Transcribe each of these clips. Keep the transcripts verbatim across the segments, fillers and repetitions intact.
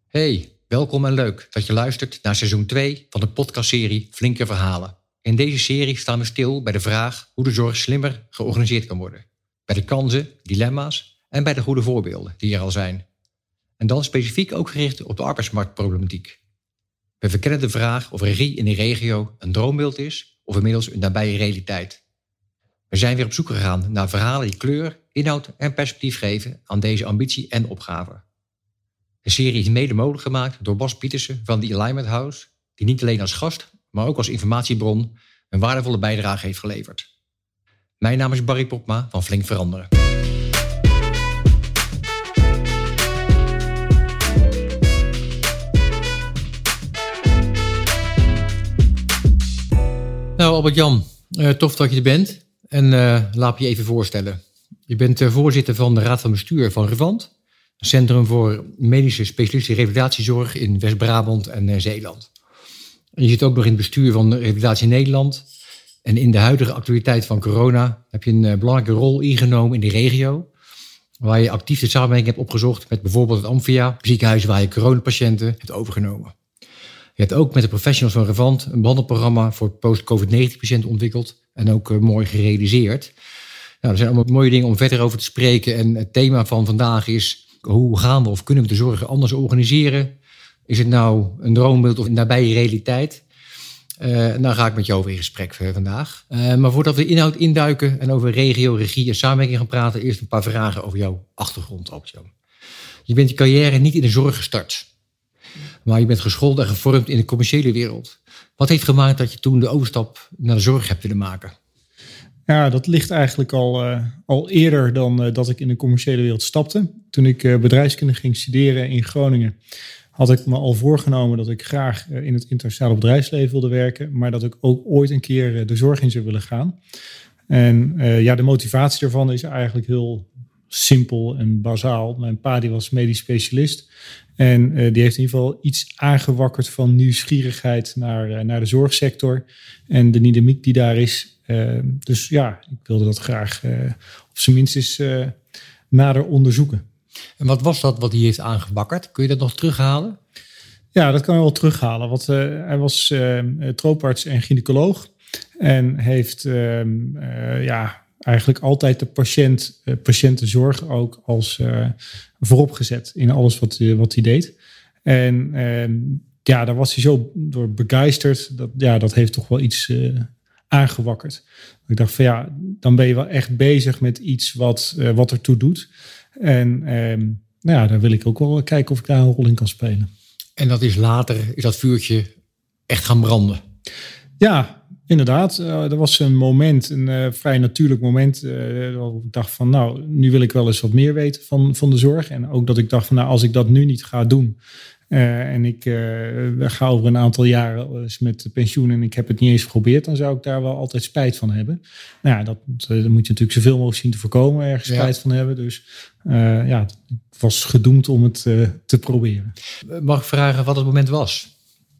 Hey, welkom en leuk dat je luistert naar seizoen twee van de podcastserie Flinke Verhalen. In deze serie staan we stil bij de vraag hoe de zorg slimmer georganiseerd kan worden. Bij de kansen, dilemma's en bij de goede voorbeelden die er al zijn. En dan specifiek ook gericht op de arbeidsmarktproblematiek. We verkennen de vraag of regie in de regio een droombeeld is of inmiddels een nabije realiteit. We zijn weer op zoek gegaan naar verhalen die kleur, inhoud en perspectief geven aan deze ambitie en opgave. De serie is mede mogelijk gemaakt door Bas Pietersen van The Alignment House, die niet alleen als gast, maar ook als informatiebron een waardevolle bijdrage heeft geleverd. Mijn naam is Barry Popma van Flink Veranderen. Nou, Albert-Jan, uh, tof dat je er bent. En uh, laat me je even voorstellen. Je bent uh, voorzitter van de Raad van Bestuur van Revant, een centrum voor medische specialistische revalidatiezorg in West-Brabant en uh, Zeeland. En je zit ook nog in het bestuur van Revalidatie Nederland. En in de huidige actualiteit van corona heb je een uh, belangrijke rol ingenomen in de regio, waar je actief de samenwerking hebt opgezocht met bijvoorbeeld het Amphia, ziekenhuis waar je coronapatiënten hebt overgenomen. Je hebt ook met de professionals van Revant een behandelprogramma voor post-covid negentien patiënten ontwikkeld en ook uh, mooi gerealiseerd. Nou, er zijn allemaal mooie dingen om verder over te spreken. En het thema van vandaag is: hoe gaan we of kunnen we de zorg anders organiseren? Is het nou een droombeeld of een nabije realiteit? Uh, dan ga ik met jou over in gesprek uh, vandaag. Uh, maar voordat we de inhoud induiken en over regio, regie en samenwerking gaan praten, eerst een paar vragen over jouw achtergrond, Albert-Jan. Je bent je carrière niet in de zorg gestart, maar je bent geschoold en gevormd in de commerciële wereld. Wat heeft gemaakt dat je toen de overstap naar de zorg hebt willen maken? Ja, dat ligt eigenlijk al, uh, al eerder dan uh, dat ik in de commerciële wereld stapte. Toen ik uh, bedrijfskunde ging studeren in Groningen, had ik me al voorgenomen dat ik graag uh, in het internationale bedrijfsleven wilde werken, maar dat ik ook ooit een keer uh, de zorg in zou willen gaan. En uh, ja, de motivatie daarvan is eigenlijk heel simpel en bazaal. Mijn pa die was medisch specialist en uh, die heeft in ieder geval iets aangewakkerd van nieuwsgierigheid naar, uh, naar de zorgsector en de dynamiek die daar is. Uh, dus ja, ik wilde dat graag uh, op zijn minst eens uh, nader onderzoeken. En wat was dat wat hij heeft aangewakkerd? Kun je dat nog terughalen? Ja, dat kan je wel terughalen. Want uh, hij was uh, trooparts en gynaecoloog en heeft uh, uh, ja, eigenlijk altijd de patiënt, uh, patiëntenzorg ook als uh, voorop gezet in alles wat, uh, wat hij deed. En uh, ja, daar was hij zo door begeisterd. Dat, ja, dat heeft toch wel iets Uh, aangewakkerd. Ik dacht van ja, dan ben je wel echt bezig met iets wat, uh, wat ertoe doet. En um, nou ja, daar wil ik ook wel kijken of ik daar een rol in kan spelen. En dat is later, is dat vuurtje echt gaan branden? Ja, inderdaad. Uh, er was een moment, een uh, vrij natuurlijk moment. Uh, waarop ik dacht van nou, nu wil ik wel eens wat meer weten van, van de zorg. En ook dat ik dacht van nou, als ik dat nu niet ga doen, Uh, en ik uh, ga over een aantal jaren eens met pensioen en ik heb het niet eens geprobeerd, dan zou ik daar wel altijd spijt van hebben. Nou ja, dat, dat moet je natuurlijk zoveel mogelijk zien te voorkomen, ergens spijt ja. van hebben. Dus uh, ja, ik was gedoemd om het uh, te proberen. Mag ik vragen wat het moment was?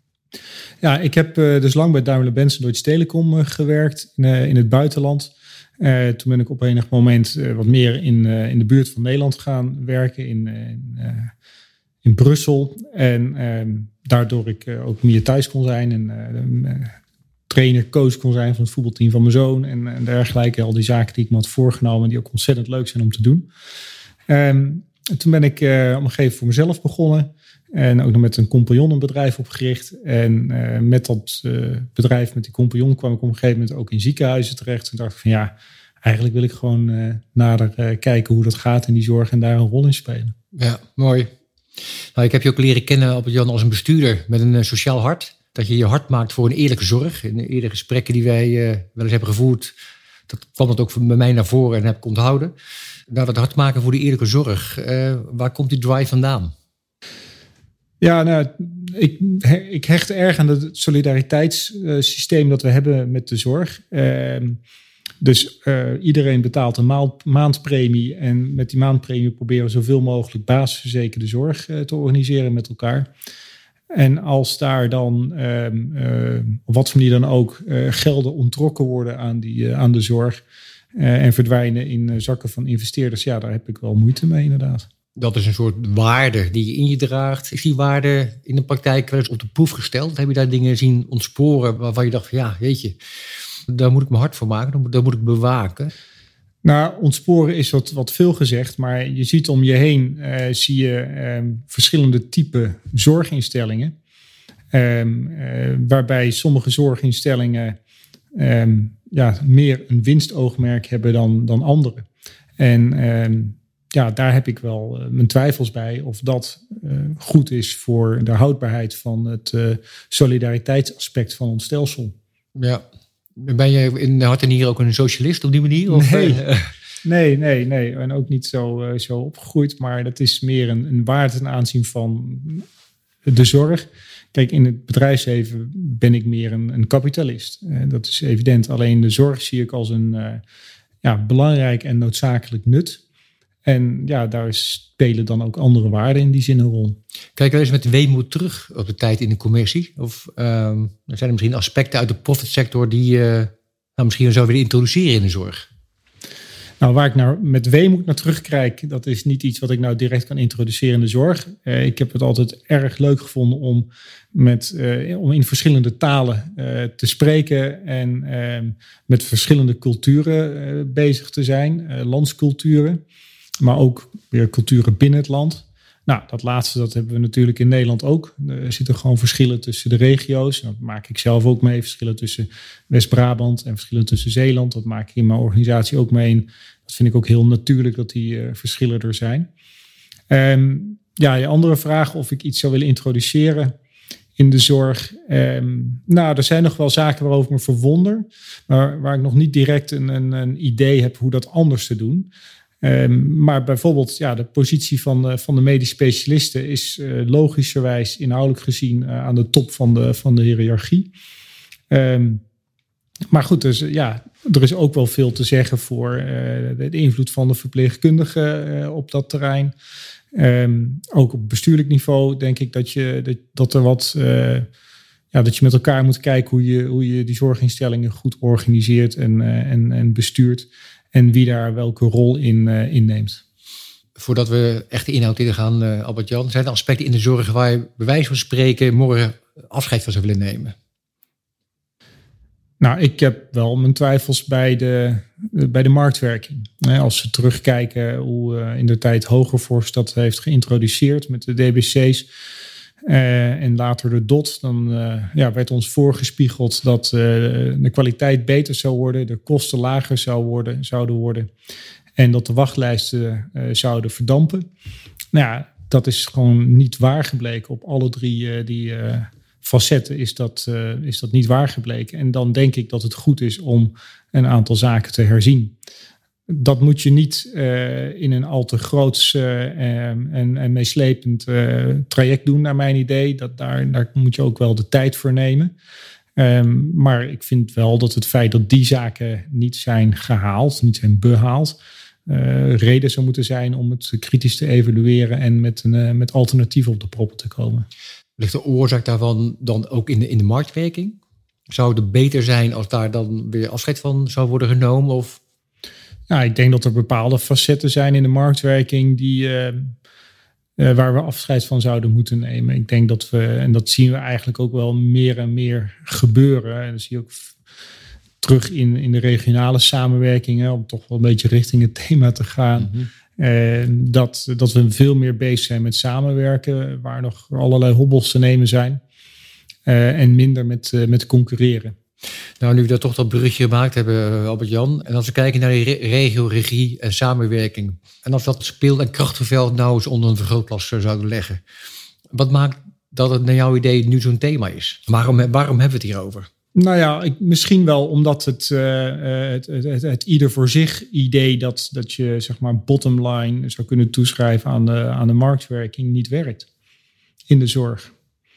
Ja, ik heb uh, dus lang bij Daimler-Benz Deutsche Telekom uh, gewerkt in, uh, in het buitenland. Uh, toen ben ik op enig moment uh, wat meer in, uh, in de buurt van Nederland gaan werken, in, uh, in uh, in Brussel. En uh, daardoor ik uh, ook meer thuis kon zijn. En uh, uh, trainer, coach kon zijn van het voetbalteam van mijn zoon. En, en dergelijke. Al die zaken die ik me had voorgenomen. Die ook ontzettend leuk zijn om te doen. Um, en toen ben ik uh, op een gegeven moment voor mezelf begonnen. En ook nog met een compagnon een bedrijf opgericht. En uh, met dat uh, bedrijf, met die compagnon, kwam ik op een gegeven moment ook in ziekenhuizen terecht. En dacht ik van ja, eigenlijk wil ik gewoon uh, nader uh, kijken hoe dat gaat in die zorg. En daar een rol in spelen. Ja, mooi. Nou, ik heb je ook leren kennen, Albert-Jan, als een bestuurder met een uh, sociaal hart. Dat je je hart maakt voor een eerlijke zorg. In de eerdere gesprekken die wij uh, wel eens hebben gevoerd, dat kwam het ook bij mij naar voren en heb ik onthouden. Nou, dat hart maken voor die eerlijke zorg, uh, waar komt die drive vandaan? Ja, nou, ik, ik hecht erg aan het solidariteitssysteem dat we hebben met de zorg. Uh, Dus uh, iedereen betaalt een maand, maandpremie. En met die maandpremie proberen we zoveel mogelijk basisverzekerde zorg uh, te organiseren met elkaar. En als daar dan, uh, uh, op wat voor manier dan ook, uh, gelden onttrokken worden aan, die, uh, aan de zorg. Uh, en verdwijnen in uh, zakken van investeerders. Ja, daar heb ik wel moeite mee inderdaad. dat is een soort waarde die je in je draagt. Is die waarde in de praktijk wel eens op de proef gesteld? Heb je daar dingen zien ontsporen waarvan je dacht van ja, weet je, daar moet ik me hard voor maken, daar moet ik bewaken? Nou, ontsporen is wat, wat veel gezegd, maar je ziet om je heen, uh, zie je uh, verschillende typen zorginstellingen. Um, uh, waarbij sommige zorginstellingen um, ja, meer een winstoogmerk hebben dan, dan andere. En um, ja, daar heb ik wel uh, mijn twijfels bij of dat uh, goed is voor de houdbaarheid van het uh, solidariteitsaspect van ons stelsel. Ja. Ben je in hart en nieren ook een socialist op die manier? Of? Nee, nee, nee, nee. En ook niet zo, uh, zo opgegroeid. Maar dat is meer een, een waarde ten aanzien van de zorg. Kijk, in het bedrijfsleven ben ik meer een, een kapitalist. Uh, dat is evident. Alleen de zorg zie ik als een uh, ja, belangrijk en noodzakelijk nut. En ja, daar spelen dan ook andere waarden in die zin een rol. Kijk wel eens met weemoed terug op de tijd in de commercie? Of uh, zijn er misschien aspecten uit de profitsector die je uh, nou, misschien zou willen introduceren in de zorg? Nou, waar ik nou met weemoed naar terugkijk, dat is niet iets wat ik nou direct kan introduceren in de zorg. Uh, ik heb het altijd erg leuk gevonden om, met, uh, om in verschillende talen uh, te spreken en uh, met verschillende culturen uh, bezig te zijn, uh, landsculturen. Maar ook weer culturen binnen het land. Nou, dat laatste dat hebben we natuurlijk in Nederland ook. Er zitten gewoon verschillen tussen de regio's. Dat maak ik zelf ook mee. Verschillen tussen West-Brabant en verschillen tussen Zeeland. Dat maak ik in mijn organisatie ook mee. Dat vind ik ook heel natuurlijk dat die uh, verschillen er zijn. Um, ja, je andere vraag of ik iets zou willen introduceren in de zorg. Um, nou, er zijn nog wel zaken waarover ik me verwonder. Maar waar ik nog niet direct een, een, een idee heb hoe dat anders te doen. Um, maar bijvoorbeeld ja, de positie van, uh, van de medisch specialisten is uh, logischerwijs inhoudelijk gezien uh, aan de top van de, van de hiërarchie. Um, maar goed, dus, ja, er is ook wel veel te zeggen voor uh, de, de invloed van de verpleegkundigen uh, op dat terrein. Um, ook op bestuurlijk niveau denk ik dat, je, dat, dat er wat... Uh, ja, dat je met elkaar moet kijken hoe je, hoe je die zorginstellingen goed organiseert en, uh, en, en bestuurt. En wie daar welke rol in uh, inneemt. Voordat we echt de inhoud in gaan, uh, Albert-Jan, zijn er aspecten in de zorg waar je bij wijze van spreken morgen afscheid van zou willen nemen? Nou, ik heb wel mijn twijfels bij de, bij de marktwerking. Als we terugkijken hoe uh, in de tijd Hogevorst dat heeft geïntroduceerd met de D B C's. Uh, en later de D O T, dan uh, ja, werd ons voorgespiegeld dat uh, de kwaliteit beter zou worden, de kosten lager zou worden, zouden worden en dat de wachtlijsten uh, zouden verdampen. Nou ja, dat is gewoon niet waar gebleken. Op alle drie uh, die uh, facetten is dat, uh, is dat niet waar gebleken. En dan denk ik dat het goed is om een aantal zaken te herzien. Dat moet je niet uh, in een al te groots uh, en, en meeslepend uh, traject doen, naar mijn idee. Dat daar, daar moet je ook wel de tijd voor nemen. Um, maar ik vind wel dat het feit dat die zaken niet zijn gehaald, niet zijn behaald, uh, reden zou moeten zijn om het kritisch te evalueren en met, een, uh, met alternatieven op de proppen te komen. Ligt de oorzaak daarvan dan ook in de, in de marktwerking? Zou het beter zijn als daar dan weer afscheid van zou worden genomen? Of... Ja, ik denk dat er bepaalde facetten zijn in de marktwerking die, uh, uh, waar we afscheid van zouden moeten nemen. Ik denk dat we, en dat zien we eigenlijk ook wel meer en meer gebeuren. En dat zie je ook f- terug in, in de regionale samenwerkingen, om toch wel een beetje richting het thema te gaan. Mm-hmm. Uh, dat, dat we veel meer bezig zijn met samenwerken, waar nog allerlei hobbels te nemen zijn. Uh, en minder met, uh, met concurreren. Nou, nu we dat toch dat bruggetje gemaakt hebben, Albert-Jan. En als we kijken naar de re- regio-regie en samenwerking. En als we dat speel- en krachtenveld nou eens onder een vergrootglas zouden leggen. Wat maakt dat het naar jouw idee nu zo'n thema is? Waarom, waarom hebben we het hierover? Nou ja, ik, misschien wel omdat het, uh, het, het, het, het ieder voor zich idee dat, dat je zeg maar bottom line zou kunnen toeschrijven aan de, aan de marktwerking niet werkt in de zorg.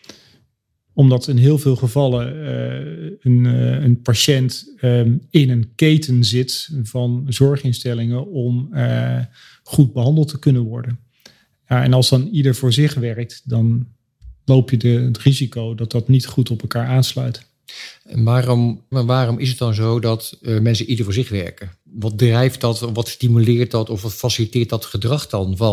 Omdat in heel veel gevallen uh, een, uh, een patiënt uh, in een keten zit van zorginstellingen om uh, goed behandeld te kunnen worden. Ja, en als dan ieder voor zich werkt, dan loop je de, het risico dat dat niet goed op elkaar aansluit. En waarom, maar waarom is het dan zo dat uh, mensen ieder voor zich werken? Wat drijft dat, of wat stimuleert dat, of wat faciliteert dat gedrag dan van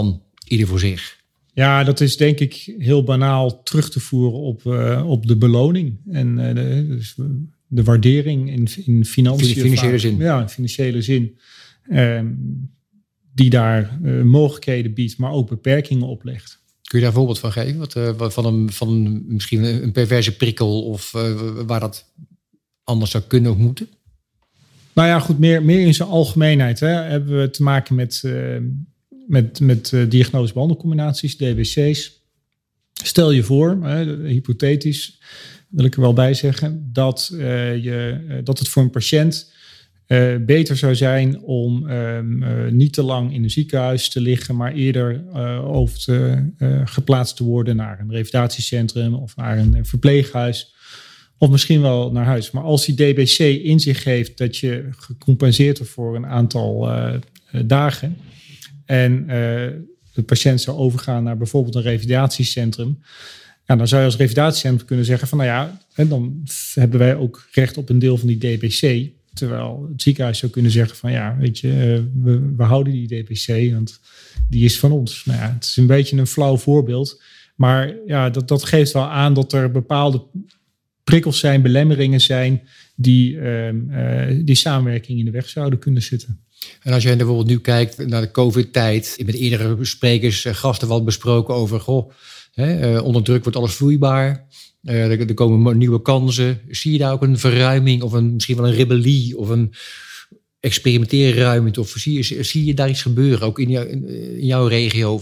ieder voor zich? Ja, dat is denk ik heel banaal terug te voeren op, uh, op de beloning. En uh, de, dus de waardering in, in financiën. In financiële vaak, zin. Ja, in financiële zin. Uh, die daar uh, mogelijkheden biedt, maar ook beperkingen oplegt. Kun je daar een voorbeeld van geven? Wat, uh, van, een, van een, misschien een perverse prikkel of uh, waar dat anders zou kunnen of moeten? Nou ja, goed, meer, meer in zijn algemeenheid. Hè, hebben we te maken met, uh, met, met uh, diagnose-behandelcombinaties, D B C's. Stel je voor, uh, hypothetisch wil ik er wel bij zeggen, dat, uh, je, uh, dat het voor een patiënt uh, beter zou zijn om uh, uh, niet te lang in een ziekenhuis te liggen, maar eerder uh, over te, uh, geplaatst te worden naar een revalidatiecentrum of naar een verpleeghuis. Of misschien wel naar huis. Maar als die D B C in zich heeft dat je gecompenseerd wordt voor een aantal uh, dagen. En uh, de patiënt zou overgaan naar bijvoorbeeld een revalidatiecentrum. Ja, dan zou je als revalidatiecentrum kunnen zeggen van nou ja, en dan hebben wij ook recht op een deel van die D B C. Terwijl het ziekenhuis zou kunnen zeggen van ja, weet je, uh, we, we houden die D B C, want die is van ons. Nou ja, het is een beetje een flauw voorbeeld. Maar ja, dat, dat geeft wel aan dat er bepaalde prikkels zijn, belemmeringen zijn die, uh, uh, die samenwerking in de weg zouden kunnen zitten. En als jij bijvoorbeeld nu kijkt naar de COVID-tijd, met eerdere sprekers, uh, gasten wat besproken over, goh, hè, uh, onder druk wordt alles vloeibaar, uh, er, er komen nieuwe kansen. Zie je daar ook een verruiming of een, misschien wel een rebellie of een experimenteerruimte? Of zie je, zie je daar iets gebeuren, ook in, jou, in, in jouw regio?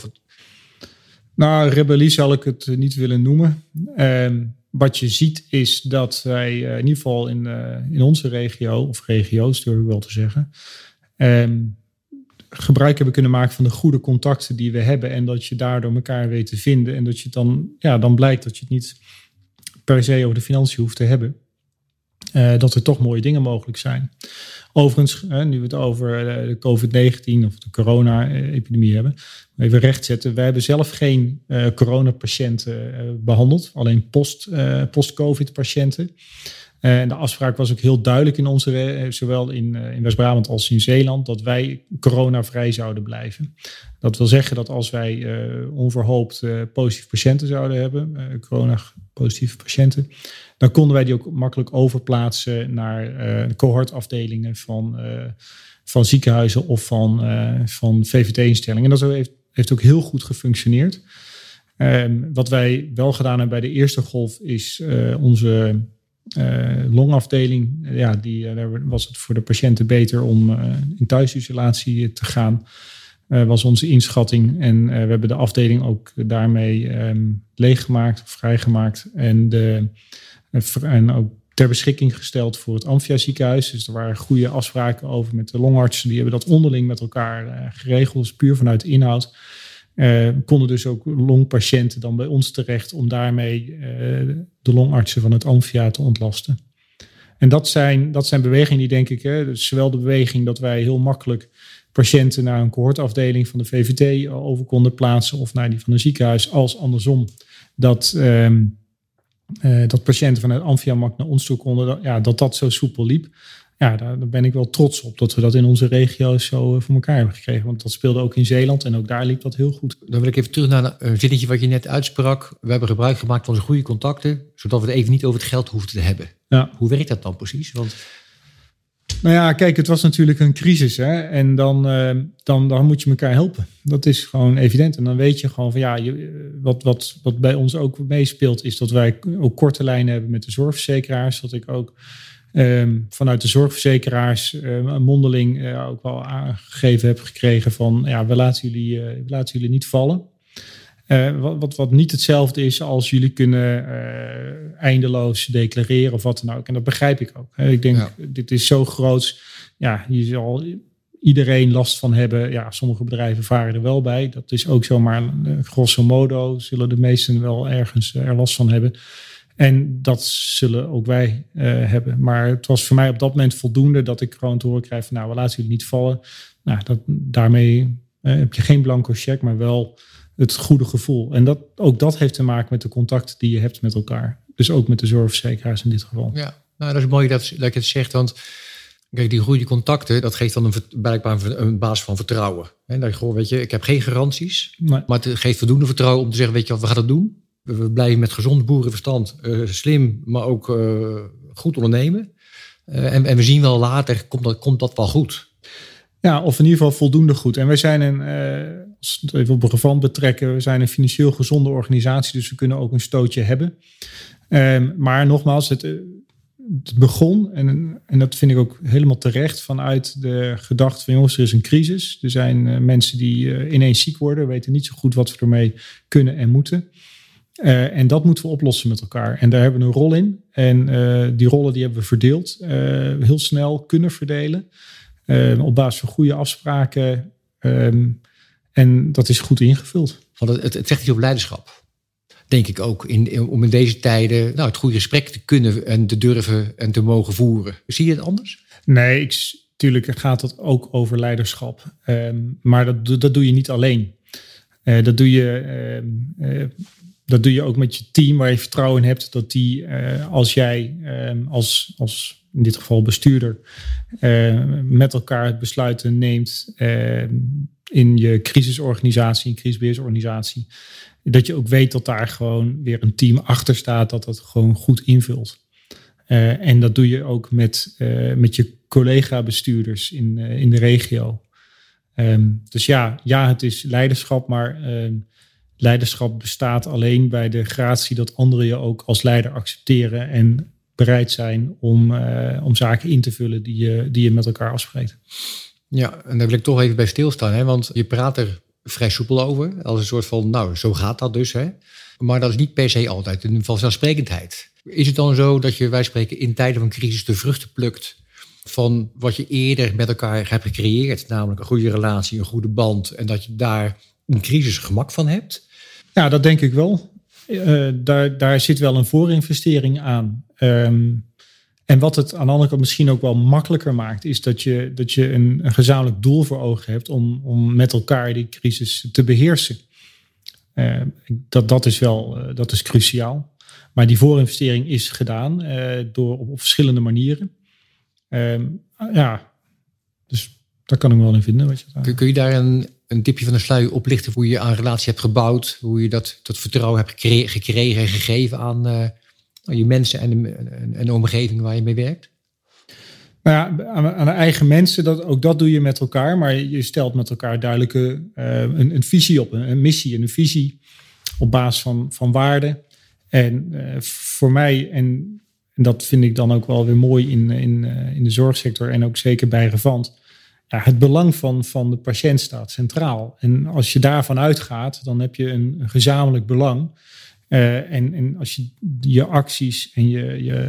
Nou, rebellie zal ik het niet willen noemen. Um, Wat je ziet is dat wij uh, in ieder geval in, uh, in onze regio, of regio's durf ik wel te zeggen, um, gebruik hebben kunnen maken van de goede contacten die we hebben. En dat je daardoor elkaar weet te vinden. En dat je dan, ja, dan blijkt dat je het niet per se over de financiën hoeft te hebben. Uh, dat er toch mooie dingen mogelijk zijn. Overigens, uh, nu we het over uh, de covid negentien of de corona-epidemie hebben, even rechtzetten. Wij hebben zelf geen uh, coronapatiënten uh, behandeld, alleen post, uh, post-covid-patiënten. Uh, en de afspraak was ook heel duidelijk in onze, uh, zowel in, uh, in West-Brabant als in Zeeland, dat wij coronavrij zouden blijven. Dat wil zeggen dat als wij uh, onverhoopt uh, positieve patiënten zouden hebben, uh, corona-positieve patiënten, dan konden wij die ook makkelijk overplaatsen naar uh, de cohortafdelingen van, uh, van ziekenhuizen of van, uh, van V V T-instellingen. En dat heeft, heeft ook heel goed gefunctioneerd. Um, wat wij wel gedaan hebben bij de eerste golf is uh, onze uh, longafdeling. Ja, die, uh, daar was het voor de patiënten beter om uh, in thuisisolatie te gaan. Uh, was onze inschatting. En uh, we hebben de afdeling ook daarmee um, leeggemaakt of vrijgemaakt. En, de, en ook ter beschikking gesteld voor het Amphia ziekenhuis. Dus er waren goede afspraken over met de longartsen. Die hebben dat onderling met elkaar uh, geregeld. Dus puur vanuit de inhoud. Uh, konden dus ook longpatiënten dan bij ons terecht om daarmee uh, de longartsen van het Amphia te ontlasten. En dat zijn, dat zijn bewegingen die denk ik, hè, dus zowel de beweging dat wij heel makkelijk patiënten naar een cohortafdeling van de V V T over konden plaatsen of naar die van een ziekenhuis, als andersom dat, um, uh, dat patiënten vanuit Amphia-Mak naar ons toe konden, dat, ja, dat dat zo soepel liep. Ja, daar, daar ben ik wel trots op dat we dat in onze regio's zo voor elkaar hebben gekregen. Want dat speelde ook in Zeeland en ook daar liep dat heel goed. Dan wil ik even terug naar een zinnetje wat je net uitsprak. We hebben gebruik gemaakt van onze goede contacten, zodat we het even niet over het geld hoefden te hebben. Ja. Hoe werkt dat dan precies? Want Nou ja, kijk, het was natuurlijk een crisis. Hè? En dan, uh, dan, dan moet je elkaar helpen. Dat is gewoon evident. En dan weet je gewoon van ja, je, wat, wat, wat bij ons ook meespeelt, is dat wij ook korte lijnen hebben met de zorgverzekeraars. Dat ik ook um, vanuit de zorgverzekeraars uh, een mondeling uh, ook wel aangegeven heb gekregen van ja, we laten jullie, uh, we laten jullie niet vallen. Uh, wat, wat, wat niet hetzelfde is als jullie kunnen uh, eindeloos declareren of wat dan ook. En dat begrijp ik ook. Hè. Ik denk, ja. Dit is zo groot. Ja, hier zal iedereen last van hebben. Ja, sommige bedrijven varen er wel bij. Dat is ook zomaar uh, grosso modo zullen de meesten wel ergens uh, er last van hebben. En dat zullen ook wij uh, hebben. Maar het was voor mij op dat moment voldoende dat ik gewoon te horen krijg van nou, we laten jullie niet vallen. Nou, dat, daarmee uh, heb je geen blanco cheque, maar wel het goede gevoel. En dat, ook dat heeft te maken met de contacten die je hebt met elkaar. Dus ook met de zorgverzekeraars in dit geval. Ja, nou, dat is mooi dat, dat je het zegt. Want Kijk, die goede contacten, dat geeft dan een, blijkbaar een, een basis van vertrouwen. En dat je gewoon, weet je, ik heb geen garanties, nee. maar het geeft voldoende vertrouwen om te zeggen, weet je wat, we gaan het doen. We blijven met gezond boerenverstand, uh, slim, maar ook uh, goed ondernemen. Uh, en, en we zien wel later, komt dat, komt dat wel goed. Ja, of in ieder geval voldoende goed. En wij zijn een, uh, als we het even op een Revant betrekken, we zijn een financieel gezonde organisatie, dus we kunnen ook een stootje hebben. Um, maar nogmaals, het, het begon, en, en dat vind ik ook helemaal terecht, vanuit de gedachte van jongens, er is een crisis. Er zijn uh, mensen die uh, ineens ziek worden, weten niet zo goed wat we ermee kunnen en moeten. Uh, en dat moeten we oplossen met elkaar. En daar hebben we een rol in. En uh, die rollen die hebben we verdeeld. Uh, heel snel kunnen verdelen. Uh, op basis van goede afspraken. Um, en dat is goed ingevuld. Want het, het zegt iets over leiderschap. Denk ik ook. In, in, om in deze tijden nou, het goede gesprek te kunnen en te durven en te mogen voeren. Zie je het anders? Nee, ik, natuurlijk gaat het ook over leiderschap. Um, maar dat, dat doe je niet alleen. Uh, dat doe je... Uh, uh, Dat doe je ook met je team waar je vertrouwen in hebt. Dat die, uh, als jij uh, als, als in dit geval bestuurder uh, met elkaar besluiten neemt uh, in je crisisorganisatie, crisisbeheersorganisatie. Dat je ook weet dat daar gewoon weer een team achter staat dat dat gewoon goed invult. Uh, en dat doe je ook met, uh, met je collega-bestuurders in, uh, in de regio. Um, dus ja, ja, het is leiderschap, maar... Uh, Leiderschap bestaat alleen bij de gratie dat anderen je ook als leider accepteren en bereid zijn om, uh, om zaken in te vullen die je, die je met elkaar afspreekt. Ja, en daar wil ik toch even bij stilstaan, hè? Want je praat er vrij soepel over, als een soort van, nou, zo gaat dat dus, hè? Maar dat is niet per se altijd een vanzelfsprekendheid. Is het dan zo dat je, wij spreken, in tijden van crisis de vruchten plukt van wat je eerder met elkaar hebt gecreëerd, namelijk een goede relatie, een goede band, en dat je daar een crisis gemak van hebt? Ja, dat denk ik wel. Uh, daar, daar zit wel een voorinvestering aan. Um, en wat het aan de andere kant misschien ook wel makkelijker maakt, is dat je, dat je een, een gezamenlijk doel voor ogen hebt om, om met elkaar die crisis te beheersen. Uh, dat, dat is wel uh, dat is cruciaal. Maar die voorinvestering is gedaan uh, door, op, op verschillende manieren. Um, ja, dus daar kan ik me wel in vinden. Wat je kun, kun je daar een... een tipje van de sluier oplichten hoe je aan een relatie hebt gebouwd, hoe je dat, dat vertrouwen hebt gekregen, gekregen en gegeven aan, uh, aan je mensen en de, en de omgeving waar je mee werkt? Nou ja, aan, aan de eigen mensen, dat, ook dat doe je met elkaar, maar je stelt met elkaar duidelijke uh, een, een visie op, een, een missie en een visie op basis van, van waarden. En uh, voor mij, en, en dat vind ik dan ook wel weer mooi in, in, uh, in de zorgsector en ook zeker bij Revant. Ja, het belang van, van de patiënt staat centraal. En als je daarvan uitgaat, dan heb je een, een gezamenlijk belang. Uh, en, en als je je acties en je, je,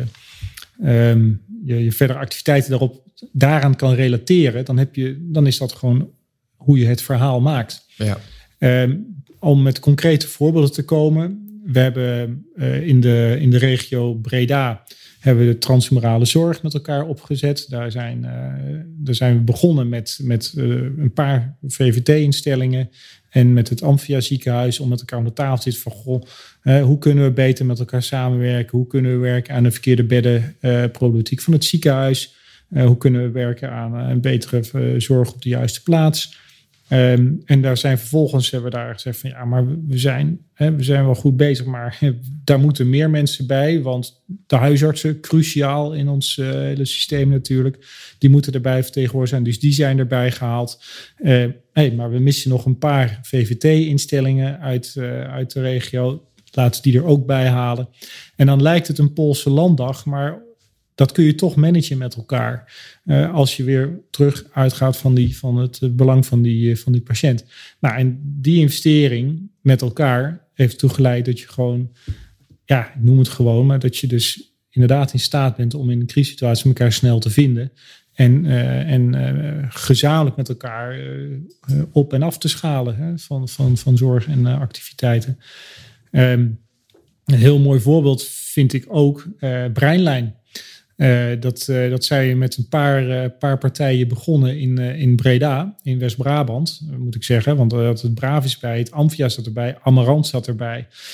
um, je, je verdere activiteiten daarop, daaraan kan relateren, dan, heb je, dan is dat gewoon hoe je het verhaal maakt. Ja. Um, om met concrete voorbeelden te komen. We hebben uh, in, de, in de regio Breda hebben we de transhumorale zorg met elkaar opgezet. Daar zijn, uh, daar zijn we begonnen met, met uh, een paar V V T-instellingen en met het Amphia ziekenhuis om met elkaar om de tafel te zitten van goh, uh, hoe kunnen we beter met elkaar samenwerken? Hoe kunnen we werken aan de verkeerde bedden uh, problematiek van het ziekenhuis? Uh, hoe kunnen we werken aan uh, een betere uh, zorg op de juiste plaats? Um, en daar zijn vervolgens hebben we daar gezegd van ja, maar we zijn, hè, we zijn wel goed bezig, maar hè, daar moeten meer mensen bij, want de huisartsen, cruciaal in ons uh, hele systeem natuurlijk, die moeten erbij vertegenwoordigd zijn, dus die zijn erbij gehaald. Uh, hey, maar we missen nog een paar V V T-instellingen uit, uh, uit de regio, laten die er ook bij halen. En dan lijkt het een Poolse landdag, maar dat kun je toch managen met elkaar. Uh, als je weer terug uitgaat van, die, van het, het belang van die, van die patiënt. Nou, en die investering met elkaar heeft ertoe geleid dat je gewoon, ja, ik noem het gewoon, maar dat je dus inderdaad in staat bent om in een crisissituatie elkaar snel te vinden. En, uh, en uh, gezamenlijk met elkaar uh, op en af te schalen hè, van, van, van zorg en uh, activiteiten. Um, een heel mooi voorbeeld vind ik ook uh, Breinlijn. Uh, dat, uh, dat zijn met een paar, uh, paar partijen begonnen in, uh, in Breda, in West-Brabant, uh, moet ik zeggen. Want uh, het Bravis bij, het Amphia zat erbij, Amarant zat erbij.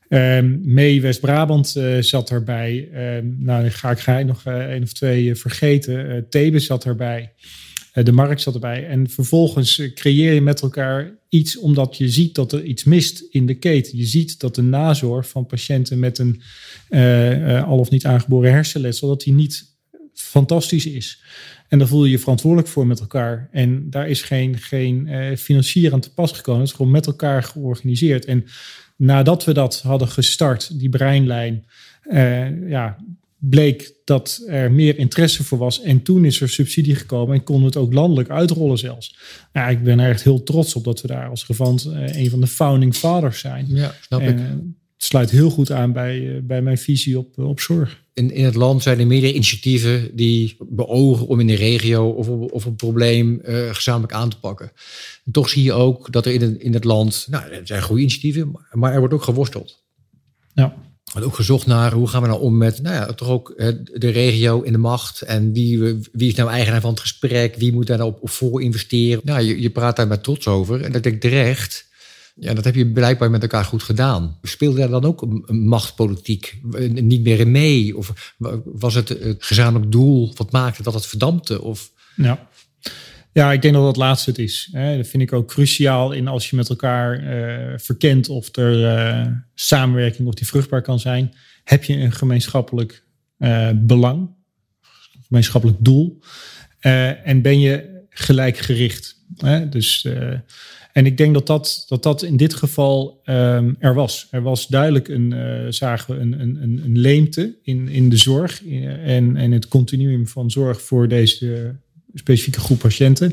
Um, Mee West-Brabant uh, zat erbij. Um, nou, dan ga ik ga nog uh, één of twee uh, vergeten. Uh, Thebe zat erbij. Uh, de Markt zat erbij. En vervolgens uh, creëer je met elkaar iets omdat je ziet dat er iets mist in de keten. Je ziet dat de nazorg van patiënten met een uh, uh, al of niet aangeboren hersenletsel, dat die niet fantastisch is. En daar voel je je verantwoordelijk voor met elkaar. En daar is geen, geen uh, financier aan te pas gekomen. Het is gewoon met elkaar georganiseerd. En nadat we dat hadden gestart, die breinlijn, uh, ja, bleek dat er meer interesse voor was. En toen is er subsidie gekomen en konden we het ook landelijk uitrollen zelfs. Ja, ik ben er echt heel trots op dat we daar als Revant uh, een van de founding fathers zijn. Ja, snap en, ik. Uh, het sluit heel goed aan bij, uh, bij mijn visie op, uh, op zorg. In, in het land zijn er meerdere initiatieven die beogen om in de regio of, of een probleem uh, gezamenlijk aan te pakken. En toch zie je ook dat er in het, in het land, nou, er zijn goede initiatieven, maar, maar er wordt ook geworsteld. Ja. Er wordt ook gezocht naar hoe gaan we nou om met, nou ja, toch ook de regio in de macht en wie, wie is nou eigenaar van het gesprek, wie moet daar nou op, op voor investeren. Nou, je, je praat daar met trots over en dat denk ik terecht. Ja, dat heb je blijkbaar met elkaar goed gedaan. Speelde daar dan ook een machtspolitiek niet meer in mee? Of was het het gezamenlijk doel wat maakte dat het verdampte? Of... Ja. ja, ik denk dat dat laatste het is. Dat vind ik ook cruciaal in als je met elkaar uh, verkent of er uh, samenwerking of die vruchtbaar kan zijn. Heb je een gemeenschappelijk uh, belang, gemeenschappelijk doel uh, en ben je gelijkgericht. Hè? Dus... Uh, En ik denk dat dat, dat, dat in dit geval um, er was. Er was duidelijk een, uh, zagen we een, een, een leemte in, in de zorg en, en het continuum van zorg voor deze specifieke groep patiënten.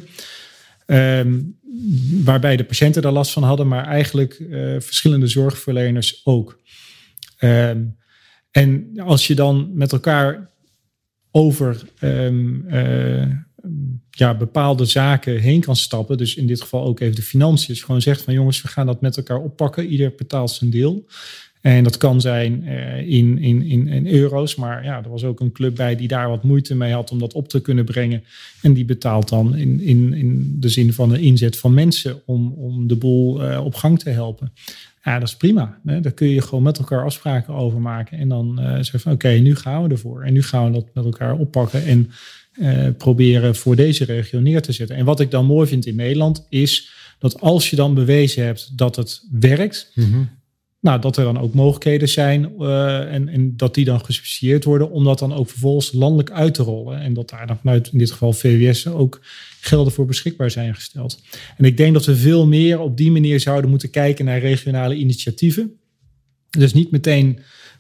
Um, waarbij de patiënten daar last van hadden, maar eigenlijk uh, verschillende zorgverleners ook. Um, en als je dan met elkaar over um, uh, ja, bepaalde zaken heen kan stappen. Dus in dit geval ook even de financiën. Dus gewoon zegt van jongens, we gaan dat met elkaar oppakken. Ieder betaalt zijn deel. En dat kan zijn uh, in, in, in, in euro's. Maar ja, er was ook een club bij die daar wat moeite mee had om dat op te kunnen brengen. En die betaalt dan in, in, in de zin van de inzet van mensen om, om de boel uh, op gang te helpen. Ja, dat is prima. Hè? Daar kun je gewoon met elkaar afspraken over maken. En dan uh, zeggen van oké, okay, nu gaan we ervoor. En nu gaan we dat met elkaar oppakken en uh, proberen voor deze regio neer te zetten. En wat ik dan mooi vind in Nederland is dat als je dan bewezen hebt dat het werkt, mm-hmm. nou, dat er dan ook mogelijkheden zijn uh, en, en dat die dan gesubsidieerd worden om dat dan ook vervolgens landelijk uit te rollen. En dat daar dan vanuit in dit geval V W S ook gelden voor beschikbaar zijn gesteld. En ik denk dat we veel meer op die manier zouden moeten kijken naar regionale initiatieven. Dus niet meteen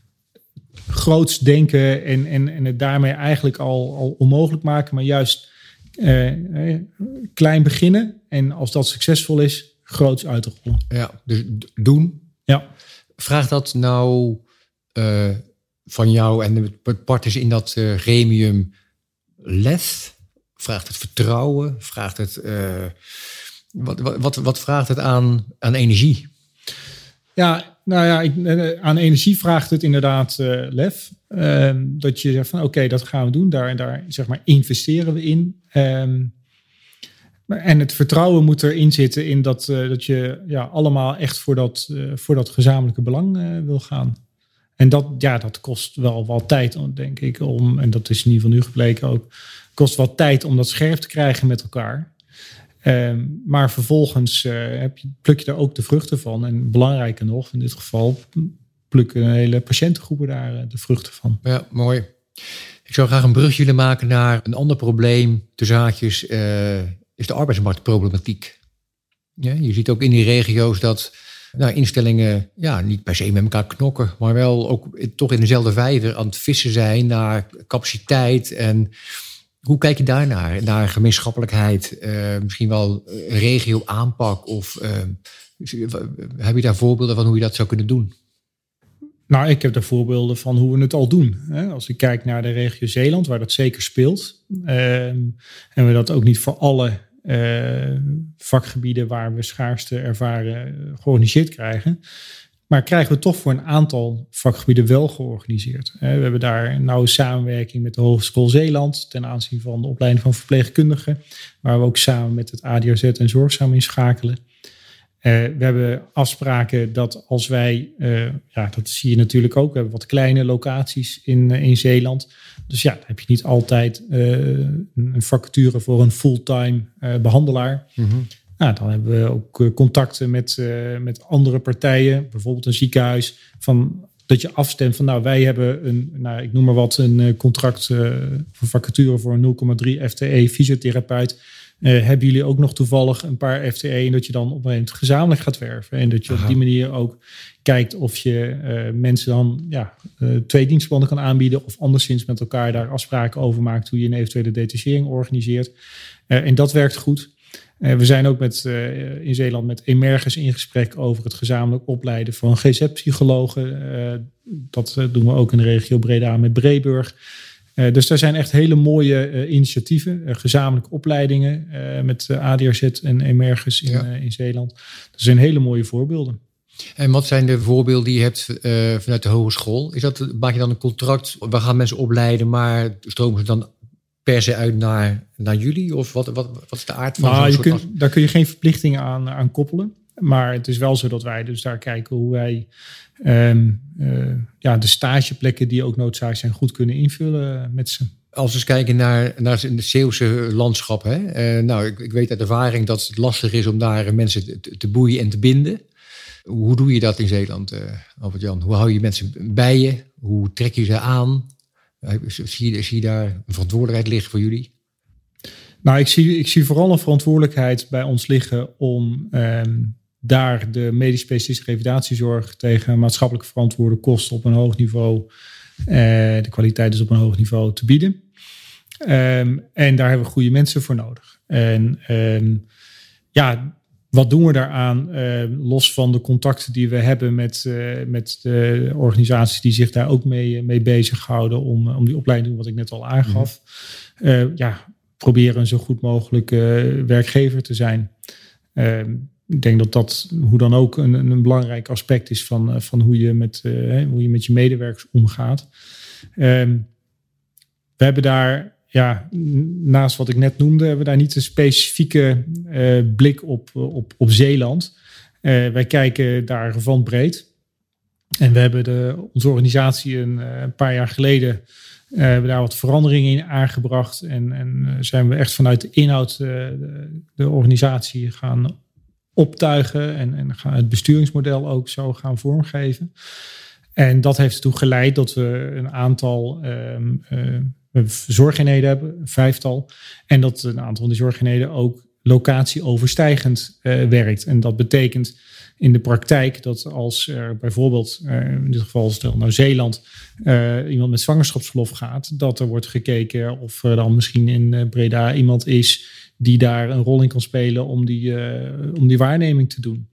groots denken en, en, en het daarmee eigenlijk al, al onmogelijk maken, maar juist uh, uh, klein beginnen. En als dat succesvol is, groots uitrollen. Ja, dus doen. Ja. Vraagt dat nou uh, van jou en de partners in dat uh, gremium lef? Vraagt het vertrouwen? Vraagt het, uh, wat, wat, wat vraagt het aan, aan energie? Ja, nou ja, ik, aan energie vraagt het inderdaad uh, lef. Uh, dat je zegt van oké, okay, dat gaan we doen. Daar en daar zeg maar investeren we in. Um, En het vertrouwen moet erin zitten in dat, uh, dat je ja, allemaal echt voor dat, uh, voor dat gezamenlijke belang uh, wil gaan. En dat, ja, dat kost wel wat tijd, denk ik. Om, en dat is in ieder geval nu gebleken ook. Kost wat tijd om dat scherp te krijgen met elkaar. Um, maar vervolgens uh, heb je, pluk je daar ook de vruchten van. En belangrijker nog, in dit geval plukken hele patiëntengroepen daar uh, de vruchten van. Ja, mooi. Ik zou graag een brugje willen maken naar een ander probleem. De zaakjes uh, is de arbeidsmarktproblematiek. Ja, je ziet ook in die regio's dat nou, instellingen ja, niet per se met elkaar knokken, maar wel ook toch in dezelfde vijver aan het vissen zijn naar capaciteit. En hoe kijk je daarnaar? Naar gemeenschappelijkheid, uh, misschien wel regio aanpak? Of uh, heb je daar voorbeelden van hoe je dat zou kunnen doen? Nou, ik heb daar voorbeelden van hoe we het al doen. Als ik kijk naar de regio Zeeland, waar dat zeker speelt. Uh, en we dat ook niet voor alle uh, vakgebieden waar we schaarste ervaren georganiseerd krijgen. Maar krijgen we toch voor een aantal vakgebieden wel georganiseerd. We hebben daar een nauwe samenwerking met de Hogeschool Zeeland ten aanzien van de opleiding van verpleegkundigen. Waar we ook samen met het A D R Z en Zorgzaam inschakelen. we hebben afspraken dat als wij, uh, ja, dat zie je natuurlijk ook, we hebben wat kleine locaties in, uh, in Zeeland. Dus ja, dan heb je niet altijd uh, een vacature voor een fulltime uh, behandelaar. Mm-hmm. Nou, dan hebben we ook uh, contacten met, uh, met andere partijen, bijvoorbeeld een ziekenhuis, van dat je afstemt van, nou, wij hebben een, nou, ik noem maar wat, een uh, contract uh, voor vacature voor een nul komma drie F T E fysiotherapeut. Uh, hebben jullie ook nog toevallig een paar F T E en dat je dan op een moment gezamenlijk gaat werven. En dat je Aha. op die manier ook kijkt of je uh, mensen dan ja, uh, twee dienstbanden kan aanbieden of anderszins met elkaar daar afspraken over maakt hoe je een eventuele detachering organiseert. Uh, en dat werkt goed. Uh, we zijn ook met, uh, in Zeeland met Emergus in gesprek over het gezamenlijk opleiden van G Z-psychologen. Uh, dat uh, doen we ook in de regio Breda met Breburg. Uh, dus daar zijn echt hele mooie uh, initiatieven, uh, gezamenlijke opleidingen uh, met uh, A D R Z en Emergus in, ja. uh, in Zeeland. Dat zijn hele mooie voorbeelden. En wat zijn de voorbeelden die je hebt uh, vanuit de hogeschool? Is dat, maak je dan een contract, we gaan mensen opleiden, maar stromen ze dan per se uit naar, naar jullie? Of wat, wat, wat is de aard van nou, zo'n je soort... kunt, daar kun je geen verplichtingen aan, aan koppelen. Maar het is wel zo dat wij dus daar kijken hoe wij um, uh, ja, de stageplekken die ook noodzakelijk zijn goed kunnen invullen met ze. Als we eens kijken naar, naar het Zeeuwse landschap. Hè? Uh, nou, ik, ik weet uit ervaring dat het lastig is om daar mensen te, te boeien en te binden. Hoe doe je dat in Zeeland, uh, Albert-Jan? Hoe hou je mensen bij je? Hoe trek je ze aan? Uh, zie, je, zie je daar een verantwoordelijkheid liggen voor jullie? Nou, ik zie, ik zie vooral een verantwoordelijkheid bij ons liggen om um, daar de medisch specialistische revalidatiezorg tegen maatschappelijk verantwoorde kosten op een hoog niveau, uh, de kwaliteit dus op een hoog niveau te bieden. Um, en daar hebben we goede mensen voor nodig. En um, ja, wat doen we daaraan? Uh, los van de contacten die we hebben met, uh, met de organisaties die zich daar ook mee, mee bezighouden om, om die opleiding te doen, wat ik net al aangaf. Mm. Uh, ja, proberen een zo goed mogelijk uh, werkgever te zijn. Uh, ik denk dat dat hoe dan ook een, een belangrijk aspect is van, uh, van hoe, je met, uh, hoe je met je medewerkers omgaat. Uh, we hebben daar, ja, naast wat ik net noemde, hebben we daar niet een specifieke uh, blik op, op, op Zeeland. Uh, wij kijken daar relevant En we hebben de, onze organisatie een, een paar jaar geleden Uh, we hebben daar wat veranderingen in aangebracht. En, en uh, zijn we echt vanuit de inhoud uh, de, de organisatie gaan optuigen. En, en gaan het besturingsmodel ook zo gaan vormgeven. En dat heeft ertoe geleid dat we een aantal um, uh, zorgeenheden hebben, een vijftal. En dat een aantal van die zorgeenheden ook locatieoverstijgend uh, werkt. En dat betekent in de praktijk dat als er bijvoorbeeld, uh, in dit geval stel nou Zeeland, uh, iemand met zwangerschapsverlof gaat, dat er wordt gekeken of er dan misschien in uh, Breda iemand is die daar een rol in kan spelen om die, uh, om die waarneming te doen.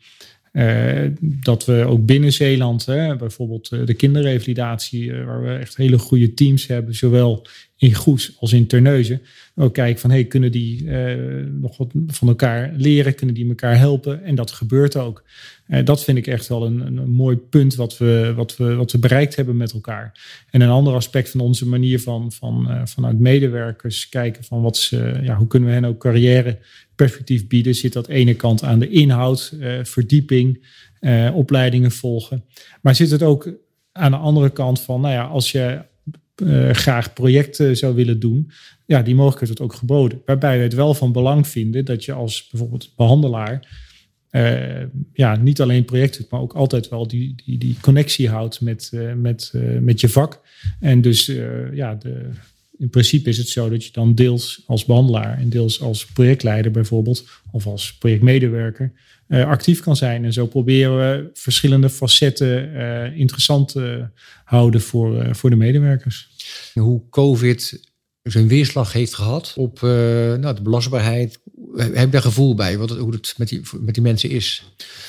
Uh, dat we ook binnen Zeeland, hè, bijvoorbeeld uh, de kinderrevalidatie, uh, waar we echt hele goede teams hebben, zowel in Goes als in Terneuzen. Ook kijken van, hey, kunnen die uh, nog wat van elkaar leren? Kunnen die elkaar helpen? En dat gebeurt ook. Uh, dat vind ik echt wel een, een, een mooi punt wat we, wat, we, wat we bereikt hebben met elkaar. En een ander aspect van onze manier van, van uh, vanuit medewerkers kijken van wat ze, ja, hoe kunnen we hen ook carrière perspectief bieden, zit dat ene kant aan de inhoud, uh, verdieping, uh, opleidingen volgen. Maar zit het ook aan de andere kant van, nou ja, als je uh, graag projecten zou willen doen, ja, die mogelijkheid wordt ook geboden. Waarbij we het wel van belang vinden dat je als bijvoorbeeld behandelaar uh, ja, niet alleen projecten doet, maar ook altijd wel die, die, die connectie houdt met, uh, met, uh, met je vak. En dus uh, ja, de in principe is het zo dat je dan deels als behandelaar en deels als projectleider bijvoorbeeld, of als projectmedewerker, uh, actief kan zijn. En zo proberen we verschillende facetten uh, interessant te houden voor, uh, voor de medewerkers. Hoe COVID zijn weerslag heeft gehad op uh, nou, de belastbaarheid, heb je daar gevoel bij, wat het, hoe het met die, met die mensen is?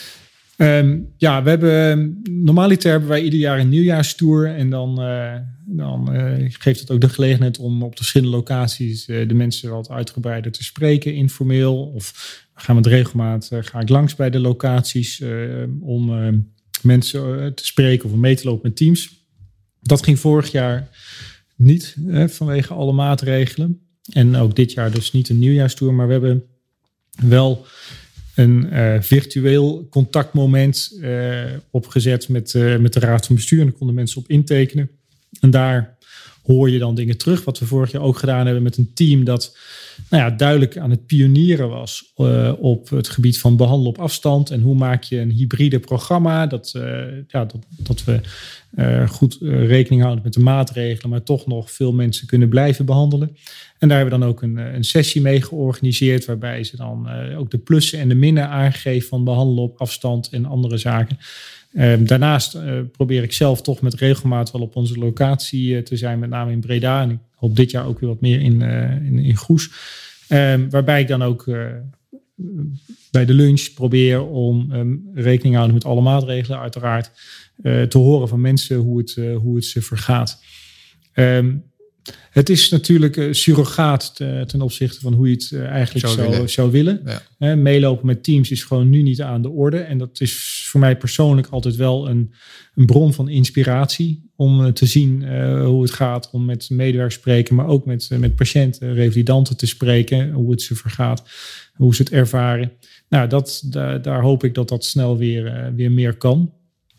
Um, ja, we hebben normaliter hebben wij ieder jaar een nieuwjaarstour. En dan, uh, dan uh, geeft het ook de gelegenheid om op de verschillende locaties uh, de mensen wat uitgebreider te spreken, informeel. Of gaan we met regelmaat, uh, ga ik langs bij de locaties uh, om uh, mensen uh, te spreken of mee te lopen met teams. Dat ging vorig jaar niet uh, vanwege alle maatregelen. En ook dit jaar dus niet een nieuwjaarstour, maar we hebben wel een uh, virtueel contactmoment uh, opgezet met, uh, met de Raad van Bestuur. En daar konden mensen op intekenen. En daar hoor je dan dingen terug. Wat we vorig jaar ook gedaan hebben met een team dat nou ja, duidelijk aan het pionieren was uh, op het gebied van behandelen op afstand. En hoe maak je een hybride programma? Dat, uh, ja, dat, dat we uh, goed uh, rekening houden met de maatregelen, maar toch nog veel mensen kunnen blijven behandelen. En daar hebben we dan ook een, een sessie mee georganiseerd, waarbij ze dan uh, ook de plussen en de minnen aangeven van behandelen op afstand en andere zaken. Uh, daarnaast uh, probeer ik zelf toch met regelmaat wel op onze locatie uh, te zijn, met name in Breda. En ik hoop dit jaar ook weer wat meer in, uh, in, in Goes. Uh, waarbij ik dan ook uh, bij de lunch probeer om um, rekening te houden met alle maatregelen uiteraard. Uh, te horen van mensen hoe het, uh, hoe het ze vergaat. Um, Het is natuurlijk uh, surrogaat te, ten opzichte van hoe je het uh, eigenlijk zou, zou willen. Zou willen. Ja. Uh, meelopen met teams is gewoon nu niet aan de orde. En dat is voor mij persoonlijk altijd wel een, een bron van inspiratie. Om uh, te zien uh, hoe het gaat om met medewerkers te spreken. Maar ook met, uh, met patiënten, revalidanten te spreken. Hoe het ze vergaat. Hoe ze het ervaren. Nou, dat, da, daar hoop ik dat dat snel weer, uh, weer meer kan.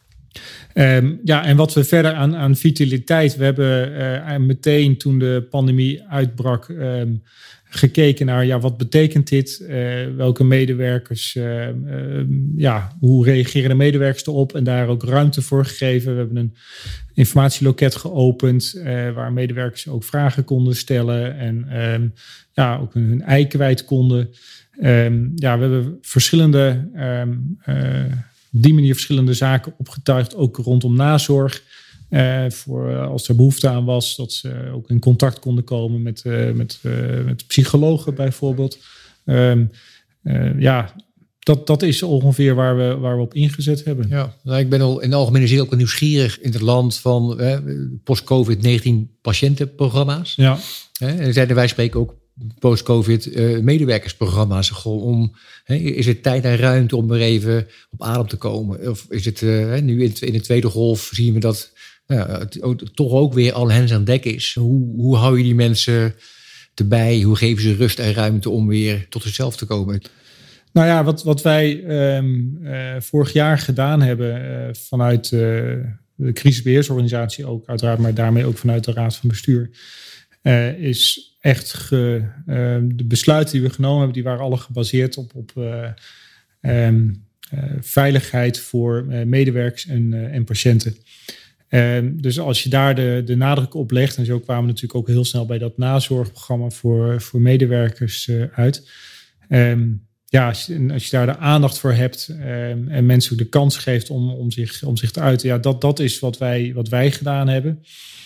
Um, ja, en wat we verder aan, aan vitaliteit, we hebben uh, meteen toen de pandemie uitbrak um, gekeken naar ja, wat betekent dit? Uh, welke medewerkers, uh, uh, ja, hoe reageren de medewerkers erop? En daar ook ruimte voor gegeven. We hebben een informatieloket geopend uh, waar medewerkers ook vragen konden stellen en um, ja, ook hun, hun ei kwijt konden. Um, ja, we hebben verschillende um, uh, op die manier verschillende zaken opgetuigd, ook rondom nazorg. Uh, voor uh, als er behoefte aan was, dat ze ook in contact konden komen met, uh, met, uh, met psychologen bijvoorbeeld. Um, uh, ja, dat, dat is ongeveer waar we, waar we op ingezet hebben. Ja, nou, ik ben al in de algemene zin ook nieuwsgierig in het land van eh, post-covid negentien patiëntenprogramma's. Ja. Eh, en zeiden wij spreken ook post-covid uh, medewerkersprogramma's. Gewoon om, hè, is het tijd en ruimte om weer even op adem te komen? Of is het uh, nu in, in de tweede golf zien we dat nou, het ook, toch ook weer al hands aan dek is. Hoe, hoe hou je die mensen erbij? Hoe geven ze rust en ruimte om weer tot zichzelf te komen? Nou ja, wat, wat wij um, uh, vorig jaar gedaan hebben uh, vanuit uh, de crisisbeheersorganisatie ook uiteraard, maar daarmee ook vanuit de Raad van Bestuur, uh, is echt ge, uh, de besluiten die we genomen hebben, die waren alle gebaseerd op, op uh, um, uh, veiligheid voor uh, medewerkers en, uh, en patiënten. Uh, dus als je daar de, de nadruk op legt, en zo kwamen we natuurlijk ook heel snel bij dat nazorgprogramma voor, voor medewerkers uh, uit. Um, ja, als je, als je daar de aandacht voor hebt um, en mensen ook de kans geeft om, om, zich, om zich te uiten, ja, dat, dat is wat wij, wat wij gedaan hebben.